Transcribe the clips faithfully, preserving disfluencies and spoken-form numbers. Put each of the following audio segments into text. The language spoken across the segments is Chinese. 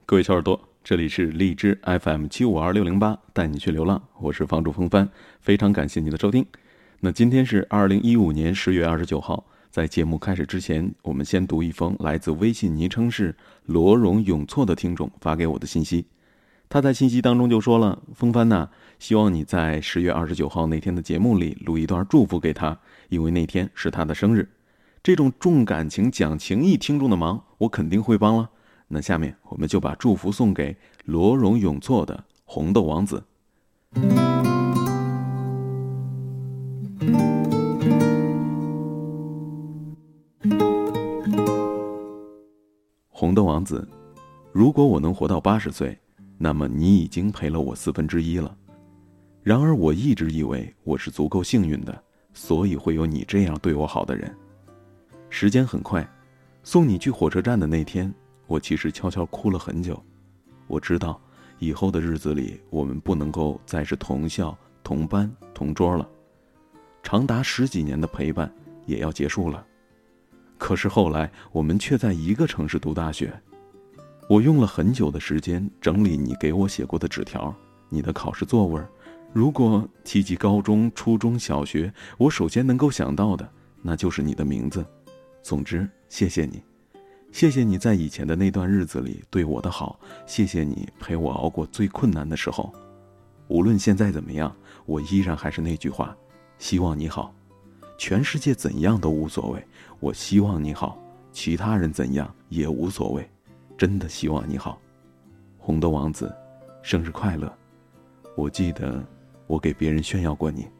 各位小耳朵，这里是荔枝 F M 七五二六零八，带你去流浪，我是房主风帆，非常感谢你的收听。那今天是二零一五年十月二十九号，在节目开始之前，我们先读一封来自微信昵称是罗荣永错的听众发给我的信息。他在信息当中就说了，风帆呐、啊，希望你在十月二十九号那天的节目里录一段祝福给他，因为那天是他的生日。这种重感情讲情义听众的忙，我肯定会帮了。那下面我们就把祝福送给罗荣永错的红豆王子。红豆王子，如果我能活到八十岁，那么你已经陪了我四分之一了。然而我一直以为我是足够幸运的，所以会有你这样对我好的人。时间很快，送你去火车站的那天，我其实悄悄哭了很久。我知道以后的日子里，我们不能够再是同校、同班、同桌了，长达十几年的陪伴也要结束了。可是后来我们却在一个城市读大学。我用了很久的时间整理你给我写过的纸条，你的考试作文。如果提及高中、初中小学，我首先能够想到的那就是你的名字。总之，谢谢你，谢谢你在以前的那段日子里对我的好，谢谢你陪我熬过最困难的时候。无论现在怎么样，我依然还是那句话，希望你好。全世界怎样都无所谓，我希望你好，其他人怎样也无所谓，真的希望你好。红豆王子，生日快乐。我记得我给别人炫耀过你。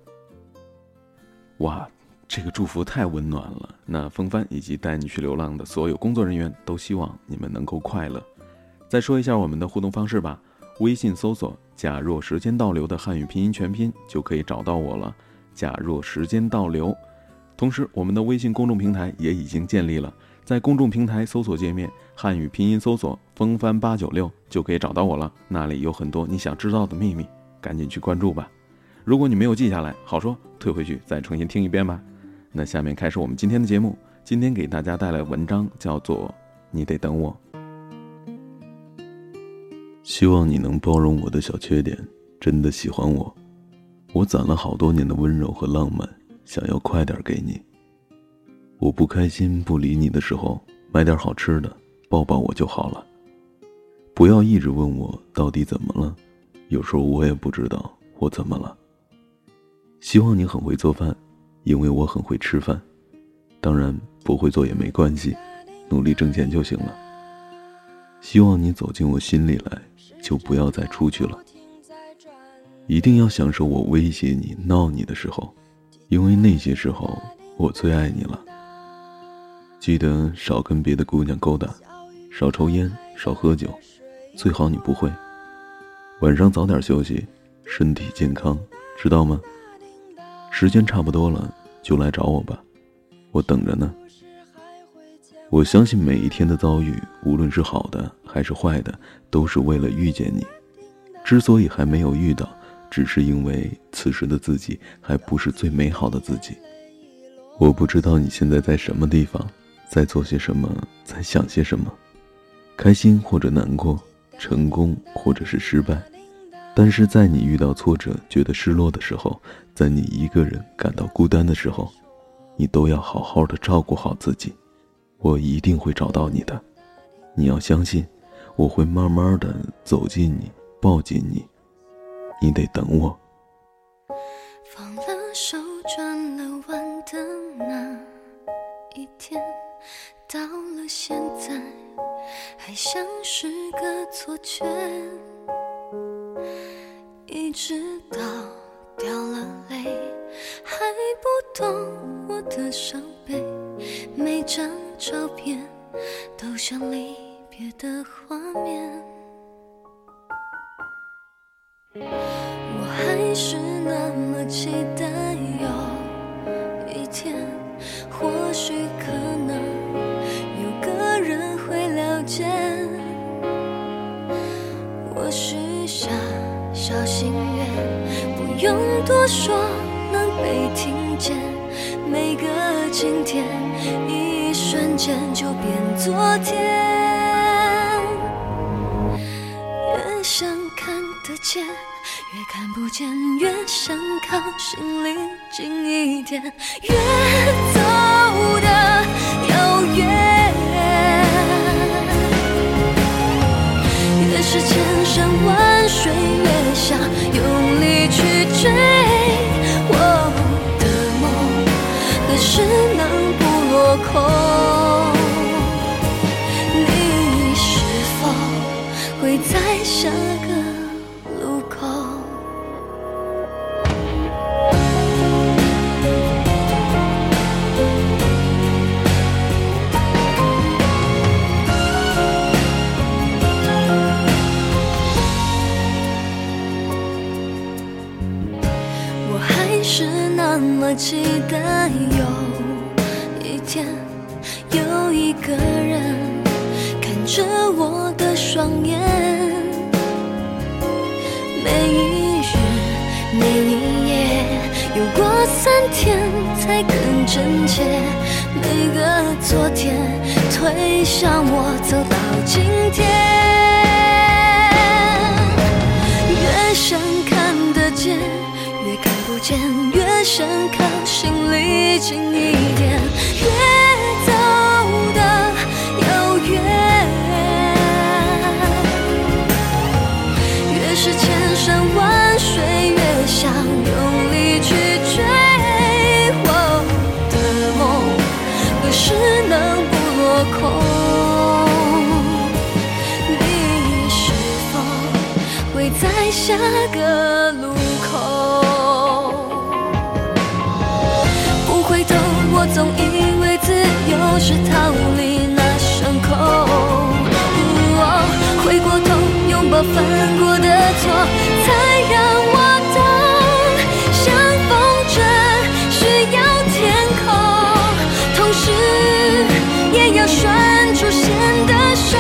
哇，这个祝福太温暖了。那风帆以及带你去流浪的所有工作人员都希望你们能够快乐。再说一下我们的互动方式吧，微信搜索假若时间倒流的汉语拼音全拼就可以找到我了，假若时间倒流。同时我们的微信公众平台也已经建立了，在公众平台搜索界面汉语拼音搜索风帆八九六就可以找到我了，那里有很多你想知道的秘密，赶紧去关注吧。如果你没有记下来，好说退回去再重新听一遍吧。那下面开始我们今天的节目，今天给大家带来的文章叫做你得等我。希望你能包容我的小缺点，真的喜欢我。我攒了好多年的温柔和浪漫，想要快点给你。我不开心不理你的时候，买点好吃的抱抱我就好了。不要一直问我到底怎么了，有时候我也不知道我怎么了。希望你很会做饭，因为我很会吃饭。当然不会做也没关系，努力挣钱就行了。希望你走进我心里来，就不要再出去了。一定要享受我威胁你闹你的时候，因为那些时候我最爱你了。记得少跟别的姑娘勾搭，少抽烟，少喝酒，最好你不会。晚上早点休息，身体健康，知道吗？时间差不多了，就来找我吧，我等着呢。我相信每一天的遭遇，无论是好的还是坏的，都是为了遇见你。之所以还没有遇到，只是因为此时的自己还不是最美好的自己。我不知道你现在在什么地方，在做些什么，在想些什么，开心或者难过，成功或者是失败。但是在你遇到挫折觉得失落的时候，在你一个人感到孤单的时候，你都要好好的照顾好自己。我一定会找到你的，你要相信，我会慢慢的走近你，抱紧你，你得等我。 放了手转了弯的那一天，到了现在还像是个错觉，一直到掉了泪还不懂我的伤悲，每张照片都像离别的画面，我还是那么期待有一天，或许可能有个人会了解我许下小心愿，不用多说能被听见，每个今天一瞬间就变昨天。 见，越想靠心里近一点，越走的遥远，越是千山万水，越想用力去追。我的梦何时能不落空？你是否会在下个路口？我还是那么期待有一天，有一个人看着我的双眼，每一日每一夜，有过三天才更真切，每个昨天推向我走到今天，越想看得见越看不见，越想靠心里近一点，越走的遥远，越是千山万水，越想用力去追。我的梦何时能不落空？你是否会在下个路口？不回头，我总以为自由是逃离那伤口。哦，回过头，拥抱犯过的错，才让我懂，相逢真需要天空，同时也要拴住线的手。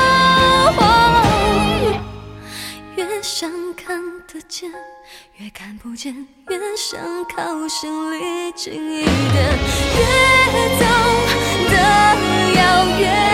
越想看得见越看不见，越想靠心里近一点，越走的遥远。